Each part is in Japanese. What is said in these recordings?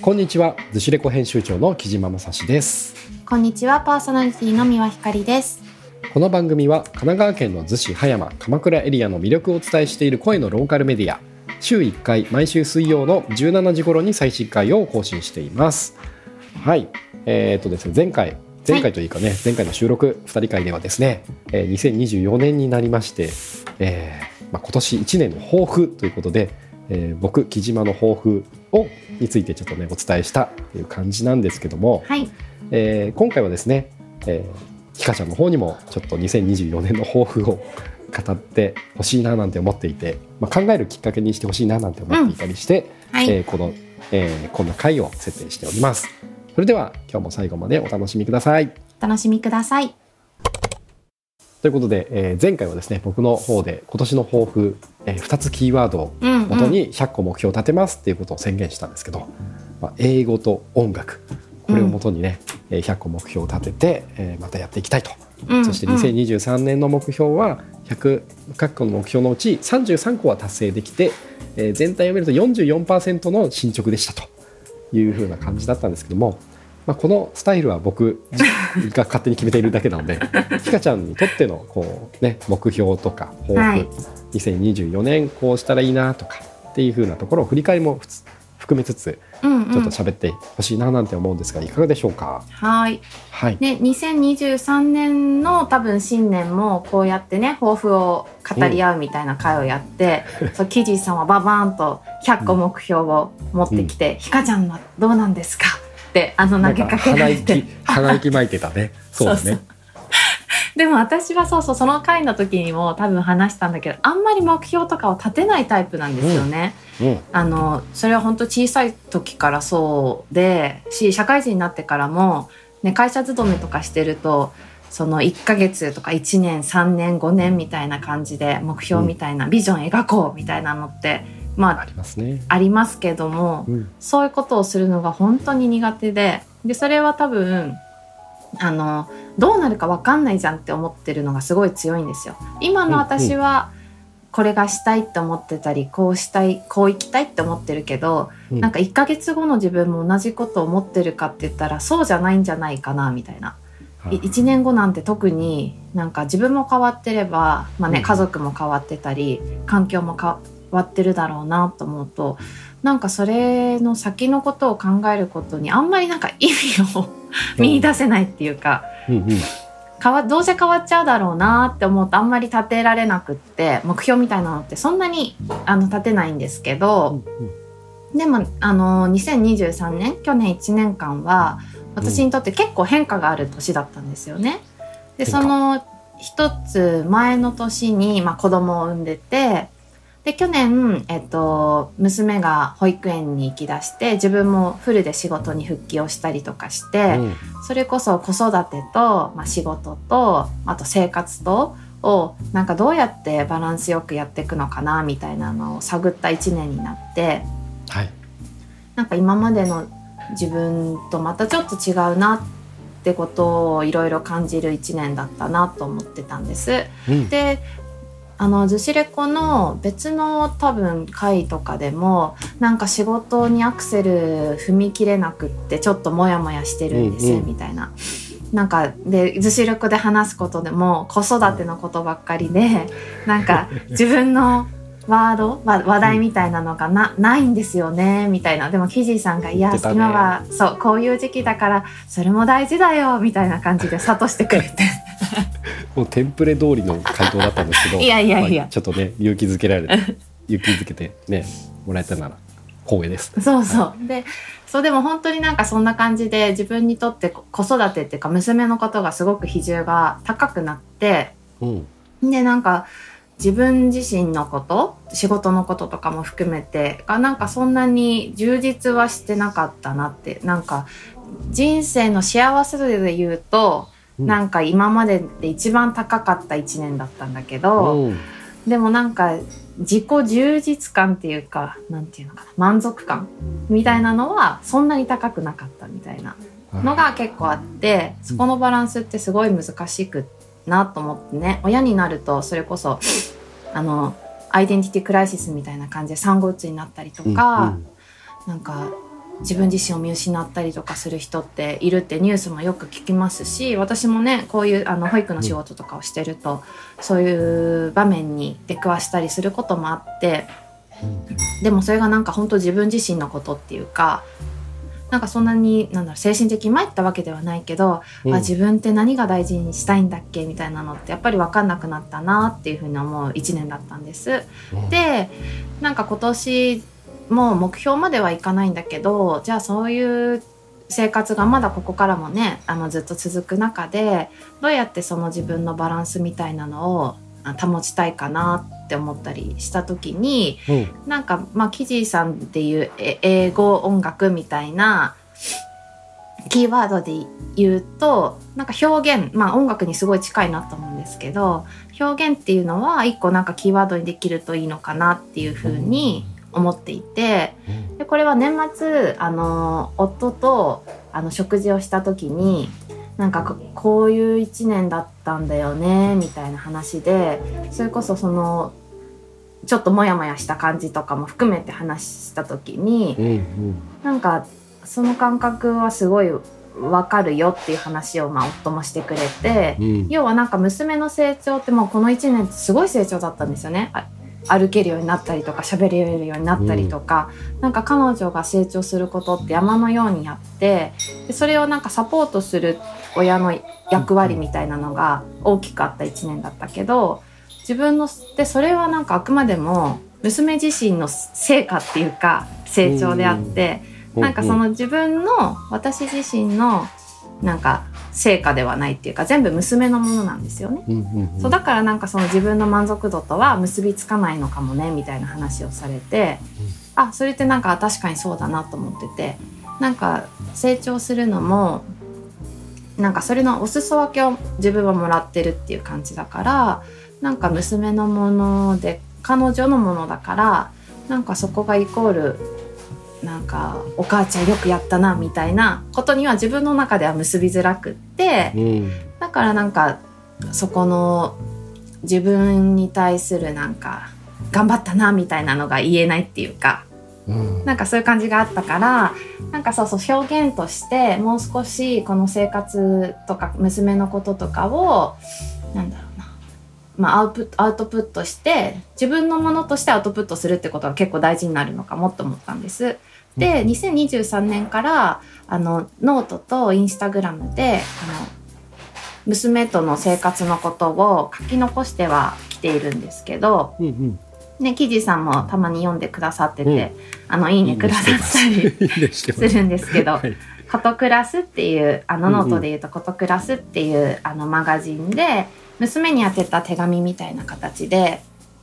こんにちは、ズシレコ編集長の木島正史です。 こんにちは、パーソナリティの三輪ひかりです。 この番組は神奈川県の逗子葉山鎌倉エリアの魅力をお伝えしている声のローカルメディア、週1回毎週水曜の17時頃に最新回を更新しています。はい、ですね、前回というかね、前回の収録2人会ではですね、2024年になりまして、今年1年の抱負ということで、僕木島の抱負についてちょっとねお伝えしたという感じなんですけども、 はい、 今回はですね、ひかちゃんの方にもちょっと2024年の抱負を語ってほしいななんて思っていて、考えるきっかけにしてほしいななんて思っていたりして、こんな回を設定しております。それでは今日も最後までお楽しみください。 お楽しみください。 ということで、前回はですね、僕の方で今年の抱負、2つキーワードを元に100個目標を立てますっていうことを宣言したんですけど、英語と音楽、これを元にね、100個目標を立てて、またやっていきたいと、そして2023年の目標は100個の目標のうち33個は達成できて、全体を見ると 44% の進捗でしたという風な感じだったんですけども、このスタイルは僕が勝手に決めているだけなのでひかちゃんにとっての目標とか抱負、2024年こうしたらいいなとかっていう風なところを振り返りも含めつつ、ちょっと喋ってほしいななんて思うんですが、いかがでしょうか。 はい、で2023年の多分新年もこうやってね抱負を語り合うみたいな会をやって、そうキジさんはババーンと100個目標を持ってきて、ひかちゃんはどうなんですかって投げかけられて鼻息巻いてたね。そうだね。そうでも私はその回の時にも多分話したんだけど、あんまり目標とかを立てないタイプなんですよね。それは本当小さい時からそうで社会人になってからも、ね、会社勤めとかしてるとその1ヶ月とか1年3年5年みたいな感じで目標みたいな、ビジョン描こうみたいなのってありますね。ありますけども、そういうことをするのが本当に苦手で、それは多分どうなるか分かんないじゃんって思ってるのがすごい強いんですよ。今の私はこれがしたいって思ってたり、こうしたい、こう生きたいって思ってるけど、なんか1ヶ月後の自分も同じことを思ってるかって言ったらそうじゃないんじゃないかなみたいな。1年後なんて特になんか自分も変わってれば、家族も変わってたり環境も変わってるだろうなと思うと、なんかそれの先のことを考えることにあんまりなんか意味を見出せないっていうか、どうせ変わっちゃうだろうなって思うとあんまり立てられなくって、目標みたいなのってそんなに立てないんですけど、でも2023年去年1年間は私にとって結構変化がある年だったんですよね。でその一つ前の年に、子供を産んでて、で去年、娘が保育園に行き出して、自分もフルで仕事に復帰をしたりとかして、それこそ子育てと、仕事とあと生活とをなんかどうやってバランスよくやっていくのかなみたいなのを探った1年になって、なんか今までの自分とまたちょっと違うなってことをいろいろ感じる1年だったなと思ってたんです。でズシレコの別の多分回とかでもなんか仕事にアクセル踏み切れなくってちょっとモヤモヤしてるんですみたいな、なんかでズシレコで話すことでも子育てのことばっかりで、なんか自分の話題みたいなのがないんですよねみたいな。でもキジさんがいや、今はそうこういう時期だからそれも大事だよみたいな感じで諭してくれてもうテンプレ通りの回答だったんですけどいや、 ちょっとね勇気づけてねもらえたなら光栄です。 でも本当になんかそんな感じで自分にとって子育てっていうか娘のことがすごく比重が高くなって、でなんか自分自身のこと仕事のこととかも含めてなんかそんなに充実はしてなかったなって、なんか人生の幸せ度で言うとなんか今までで一番高かった1年だったんだけど、でもなんか自己充実感っていうかなんていうのかな、満足感みたいなのはそんなに高くなかったみたいなのが結構あって、そこのバランスってすごい難しくなと思ってね。親になるとそれこそアイデンティティクライシスみたいな感じで産後うつになったりとか、なんか自分自身を見失ったりとかする人っているってニュースもよく聞きますし、私もねこういう保育の仕事とかをしてるとそういう場面に出くわしたりすることもあって、でもそれがなんか本当自分自身のことっていうか、なんかそんなに精神的に参ったわけではないけど、自分って何が大事にしたいんだっけみたいなのってやっぱり分かんなくなったなっていうふうに思う1年だったんです。でなんか今年もう目標まではいかないんだけど、じゃあそういう生活がまだここからもねずっと続く中でどうやってその自分のバランスみたいなのを保ちたいかなって思ったりした時に、なんかキジーさんっていう英語音楽みたいなキーワードで言うとなんか表現、音楽にすごい近いなと思うんですけど、表現っていうのは一個なんかキーワードにできるといいのかなっていうふうに思っていて、でこれは年末夫と食事をした時になんかこういう1年だったんだよねみたいな話で、それこそそのちょっとモヤモヤした感じとかも含めて話した時に、なんかその感覚はすごい分かるよっていう話を夫もしてくれて、要はなんか娘の成長ってもうこの1年ってすごい成長だったんですよね。歩けるようになったりとか喋れるようになったりとか、なんか彼女が成長することって山のようにあって、でそれをなんかサポートする親の役割みたいなのが大きくあった1年だったけど、自分のでそれはなんかあくまでも娘自身の成果っていうか成長であって、なんかその自分の私自身のなんか成果ではないっていうか全部娘のものなんですよね。そうだからなんかその自分の満足度とは結びつかないのかもねみたいな話をされて、それってなんか確かにそうだなと思ってて、なんか成長するのもなんかそれのお裾分けを自分はもらってるっていう感じだから、なんか娘のもので彼女のものだから、なんかそこがイコールなんかお母ちゃんよくやったなみたいなことには自分の中では結びづらくって、だからなんかそこの自分に対するなんか頑張ったなみたいなのが言えないっていうか、なんかそういう感じがあったから、なんかそう表現としてもう少しこの生活とか娘のこととかをなんだろうな、アウトプットして自分のものとしてアウトプットするってことが結構大事になるのかもと思ったんです。で2023年からノートとインスタグラムで娘との生活のことを書き残してはきているんですけど、キジさんもたまに読んでくださってて、いいねくださったりするんですけど、コトクラスっていうノートでいうとコトクラスっていうマガジンで娘に宛てた手紙みたいな形で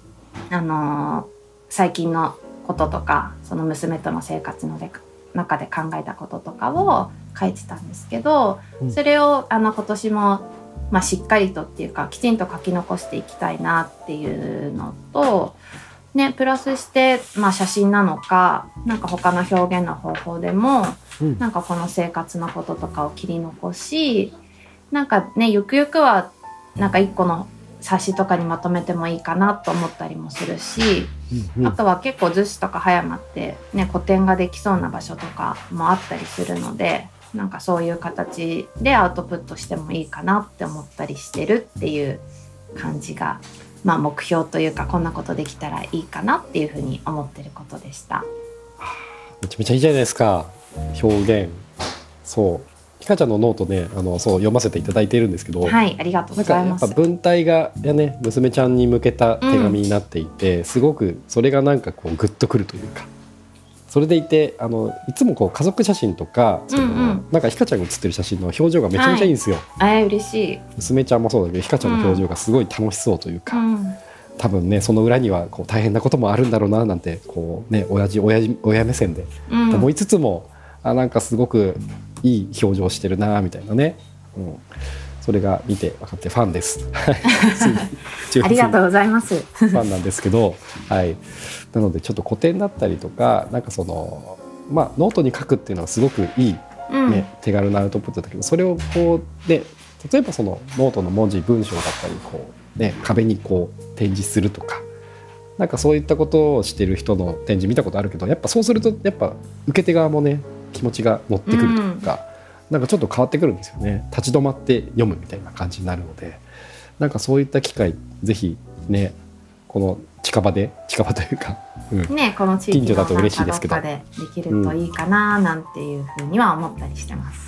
最近のこととかその娘との生活の中で考えたこととかを書いてたんですけど、それを今年もしっかりとっていうかきちんと書き残していきたいなっていうのと、ね、プラスして、写真なのかなんか他の表現の方法でも、なんかこの生活のこととかを切り残し、なんかねゆくゆくはなんか一個の冊子とかにまとめてもいいかなと思ったりもするし、あとは結構逗子とか葉山ってね個展ができそうな場所とかもあったりするので、なんかそういう形でアウトプットしてもいいかなって思ったりしてるっていう感じが、目標というかこんなことできたらいいかなっていうふうに思ってることでした。 めちゃめちゃいいじゃないですか、表現。そうひかちゃんのノートねそう読ませていただいているんですけど、 はい、ありがとうございます。 なんかやっぱ文体がね娘ちゃんに向けた手紙になっていて、すごくそれがなんかこうグッとくるというか、それでいていつもこう家族写真とかなんかひかちゃんが写ってる写真の表情がめちゃめちゃいいんですよ。 嬉しい。 娘ちゃんもそうだけどひかちゃんの表情がすごい楽しそうというか、多分ねその裏にはこう大変なこともあるんだろうななんてこうね親目線で思いつつも、なんかすごくいい表情してるなみたいなね、それが見て分かってファンですありがとうございますファンなんですけど、はい、なのでちょっと古典だったりとかなんかそのノートに書くっていうのはすごくいい、手軽なアウトプットだけど、それをこうね例えばそのノートの文字文章だったりこう、壁にこう展示するとか、なんかそういったことをしてる人の展示見たことあるけど、やっぱそうするとやっぱ受け手側もね気持ちが乗ってくるというか、なんかちょっと変わってくるんですよね。立ち止まって読むみたいな感じになるので、なんかそういった機会ぜひね、この近場というか、 ね、この地域の近所だと嬉しいですけど、 どっかでできるといいかななんていうふうには思ったりしてます。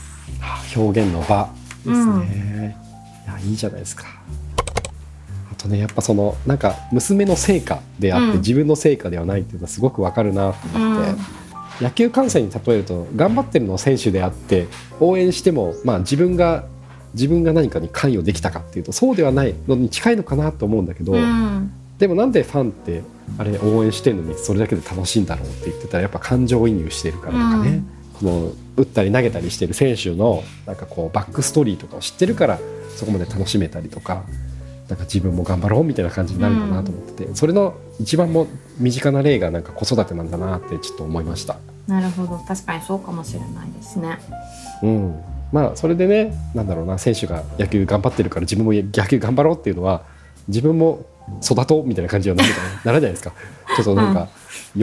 表現の場ですね、いやいいじゃないですか。あとね、やっぱそのなんか娘の成果であって、自分の成果ではないっていうのはすごくわかるなと思って、野球観戦に例えると頑張ってるのは選手であって、応援してもまあ自分が何かに関与できたかっていうとそうではないのに近いのかなと思うんだけど、でもなんでファンってあれ応援してるのにそれだけで楽しいんだろうって言ってたら、やっぱ感情移入してるからとかね、この打ったり投げたりしてる選手のなんかこうバックストーリーとかを知ってるからそこまで楽しめたりとか、なんか自分も頑張ろうみたいな感じになるんだなと思ってて、それの一番も身近な例がなんか子育てなんだなってちょっと思いました。 なるほど、確かにそうかもしれないですね。 まあそれでね、なんだろうな、選手が野球頑張ってるから自分も野球頑張ろうっていうのは、自分も育とうみたいな感じにはならないじゃないですか。ちょっとなんか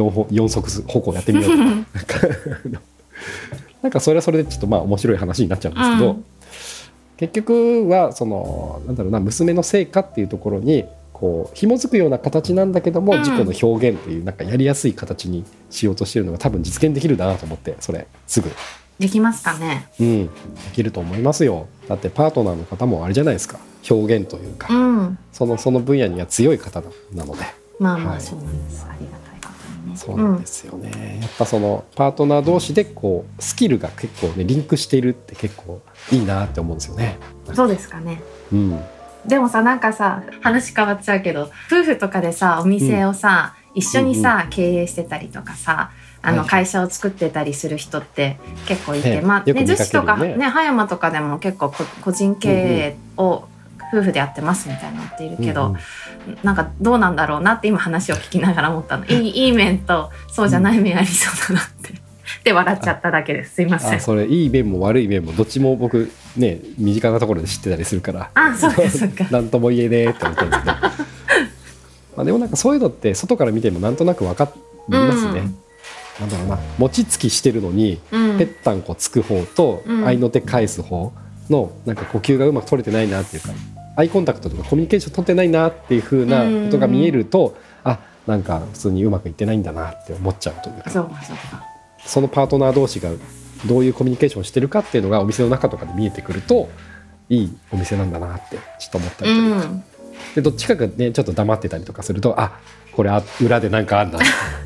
4足歩行やってみようとかなんかそれはそれでちょっとまあ面白い話になっちゃうんですけど、結局はそのなんだろうな、娘の成果っていうところにこう紐づくような形なんだけども、自己の表現っていうなんかやりやすい形にしようとしてるのが多分実現できるなと思って、それすぐできますかね。 できると思いますよ。だってパートナーの方もあれじゃないですか、表現というか、その分野には強い方なので、 まあまあそうなんです、ありがたいことにね。 そうなんですよね、やっぱそのパートナー同士でこうスキルが結構ねリンクしているって結構いいなって思うんですよね。 そうですかね。でもさ、なんかさ、話変わっちゃうけど、夫婦とかでさお店をさ、一緒にさ、経営してたりとかさ、会社を作ってたりする人って結構いて、まあね、逗子とかね、葉山とかでも結構個人経営を夫婦でやってますみたいなのっているけど、なんかどうなんだろうなって今話を聞きながら思ったの。いい面とそうじゃない面ありそうだなってで笑っちゃっただけです。すいません。 それいい面も悪い面もどっちも僕ね身近なところで知ってたりするから、 そうですかなんとも言えねえって思ったんですけどまあでもなんかそういうのって外から見てもなんとなく分かりますね。なんだろうな、餅つきしてるのに、ぺったんこつく方と、合いの手返す方のなんか呼吸がうまく取れてないなっていうか、アイコンタクトとかコミュニケーション取ってないなっていう風なことが見えると、なんか普通にうまくいってないんだなって思っちゃうというか、そのパートナー同士がどういうコミュニケーションしてるかっていうのがお店の中とかで見えてくると、いいお店なんだなってちょっと思ったりというか、でどっちかがねちょっと黙ってたりとかすると、これ裏でなんかあんだ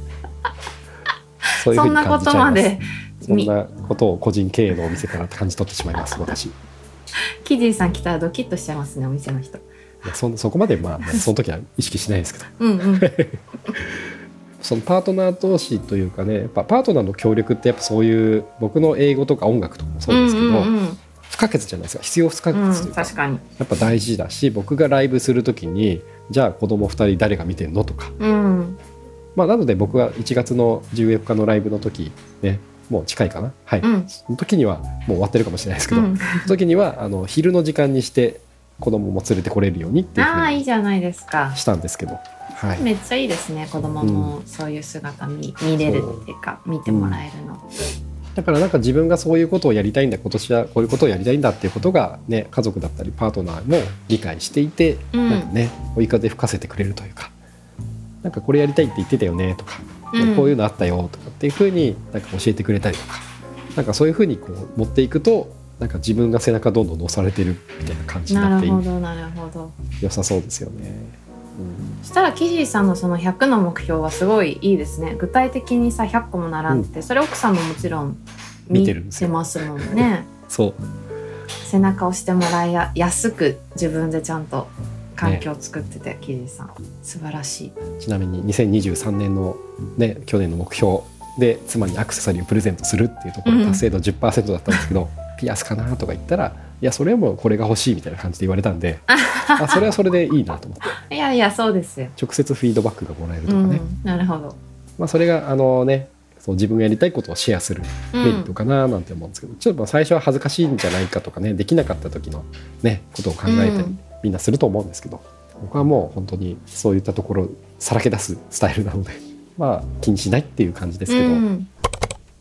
そういう風に感じちゃいます。そんなことを個人経営のお店から感じ取ってしまいます私。 キジーさん来たらドキッとしちゃいますね、お店の人。 そこまでまあその時は意識しないですけどそのパートナー同士というかね、やっぱパートナーの協力ってやっぱそういう僕の英語とか音楽とかもそうですけど、不可欠じゃないですか。必要不可欠というか、 確かにやっぱ大事だし、僕がライブする時にじゃあ子供2人誰が見てんのとか、なので僕は1月の14日のライブの時ね、もう近いかな、その時にはもう終わってるかもしれないですけど、その時には昼の時間にして子供も連れてこれるようにっていうふうにいいじゃないですかしたんですけど、 めっちゃいいですね。子供もそういう姿見れるっていうか、見てもらえるの、 だからなんか自分がそういうことをやりたいんだ、今年はこういうことをやりたいんだっていうことがね、家族だったりパートナーも理解していて、なんかね追い風吹かせてくれるというか、なんかこれやりたいって言ってたよねとか、こういうのあったよとかっていうふうになんか教えてくれたりとか、なんかそういうふうにこう持っていくと、なんか自分が背中どんどん押されてるみたいな感じになってなるほど良さそうですよね。 そしたらキジーさんのその100の目標はすごいいいですね。具体的にさ100個も習って、それ奥さんももちろん見てますもんねそう背中を押してもらいやすく自分でちゃんと環境を作ってて、キジーさん素晴らしい。 ちなみに2023年のね、去年の目標で妻にアクセサリーをプレゼントするっていうところ達成度 10% だったんですけど、ピアスかなとか言ったら、いやそれはもうこれが欲しいみたいな感じで言われたんでそれはそれでいいなと思っていやそうですよ、 直接フィードバックがもらえるとかね、 なるほど、 それがそう自分がやりたいことをシェアするメリットかななんて思うんですけど、ちょっと最初は恥ずかしいんじゃないかとかね、できなかった時のねことを考えたり、みんなすると思うんですけど、僕はもう本当にそういったところさらけ出すスタイルなので気にしないっていう感じですけど、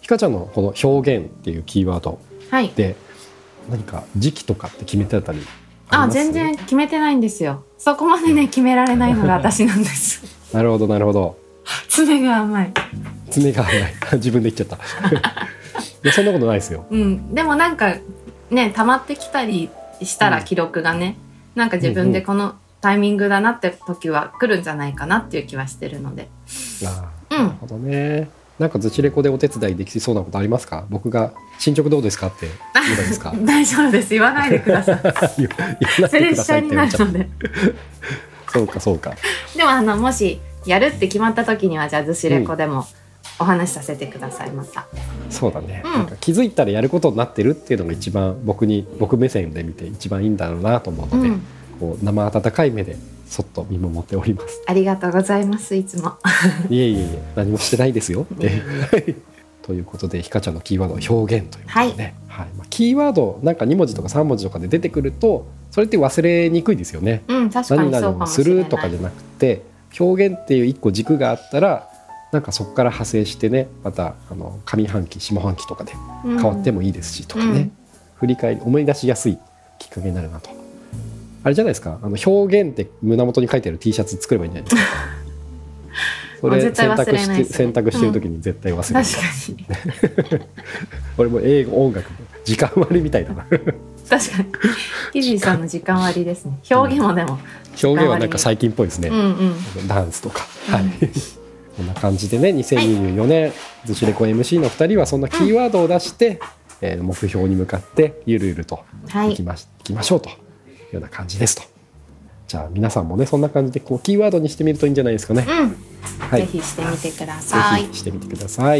ひかちゃんのこの表現っていうキーワードで、 はい、 何か時期とかって決めてたりあります？ 全然決めてないんですよ。そこまでね決められないのが私なんですなるほどなるほど。 爪が甘い。 爪が甘い自分で言っちゃったいやそんなことないですよ。 でもなんかね溜まってきたりしたら記録がね、なんか自分でこのタイミングだなって時は来るんじゃないかなっていう気はしてるので。 なるほどね。なんかずちレコでお手伝いできそうなことありますか？僕が進捗どうですかって言えばいいですか？ 大丈夫です、言わないでください言わないプレッシでくださいっャーになて言っちゃったるのでそうかそうか。 でももしやるって決まった時にはじゃあずしレコでもお話しさせてください。またそうだね、なんか気づいたらやることになってるっていうのが一番僕目線で見て一番いいんだろうなと思うので、こう生温かい目でそっと見守っております。 ありがとうございます。いつもいえいえいえ、何もしてないですよってということでひかちゃんのキーワードは表現ということでね、キーワードなんか2文字とか3文字とかで出てくるとそれって忘れにくいですよね。 確かにそうかもしれない。 何々をするとかじゃなくて表現っていう一個軸があったらなんかそこから派生してね、また上半期下半期とかで変わってもいいですしとかね、振り返り思い出しやすいきっかけになるなと。あれじゃないですか、表現って胸元に書いてある T シャツ作ればいいんじゃないですかそれ選択してる時に絶対忘れない、 確かに俺も英語音楽時間割みたいだな確かにキジさんの時間割ですね。表現もでも表現はなんか最近っぽいですね、ダンスとか、こんな感じでね、2024年ずしレコ MC の2人はそんなキーワードを出して、目標に向かってゆるゆるといきましょうというような感じですと。じゃあ皆さんもねそんな感じでこうキーワードにしてみるといいんじゃないですかね。 ぜひしてみてください。 ぜひしてみてください。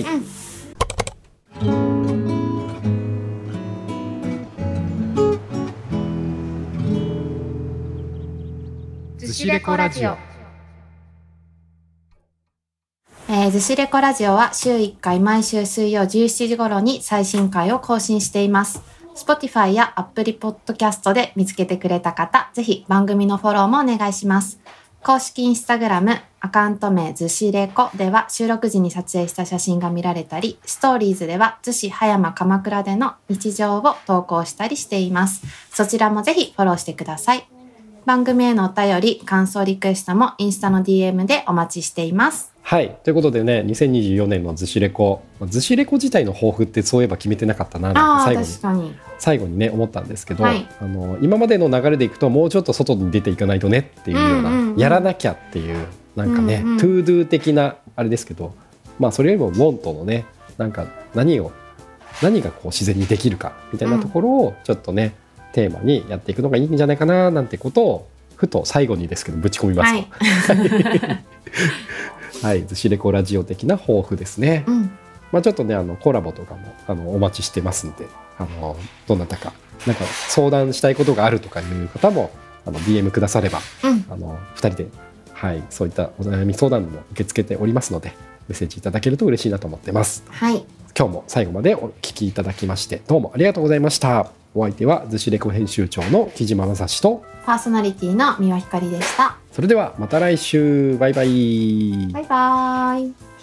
ずしレコラジオ。ずしレコラジオは週1回毎週水曜17時頃に最新回を更新しています。Spotify や Apple Podcast で見つけてくれた方、ぜひ番組のフォローもお願いします。公式インスタグラム、アカウント名ずしレコでは収録時に撮影した写真が見られたり、ストーリーズでは逗子葉山鎌倉での日常を投稿したりしています。そちらもぜひフォローしてください。番組へのお便り、感想リクエストもインスタの DM でお待ちしています。 はい、ということでね、2024年のずしレコ自体の抱負ってそういえば決めてなかったななんて最後にね思ったんですけど、今までの流れでいくともうちょっと外に出ていかないとねっていうような、やらなきゃっていうなんかね、トゥードゥ的なあれですけど、それよりもウォントのね、なんか何がこう自然にできるかみたいなところをちょっとね、テーマにやっていくのがいいんじゃないかななんてことをふと最後にですけどぶち込みますと。はい、ずしレコラジオ的な抱負ですね。ちょっとねコラボとかもお待ちしてますんで、どなたかなんか相談したいことがあるとかいう方もDM くだされば、2人で、そういったお悩み相談も受け付けておりますのでメッセージいただけると嬉しいなと思ってます。今日も最後までお聞きいただきましてどうもありがとうございました。お相手はずしレコ編集長の木島正史とパーソナリティの三輪ひかりでした。 それではまた来週。バイバイ。 バイバイ。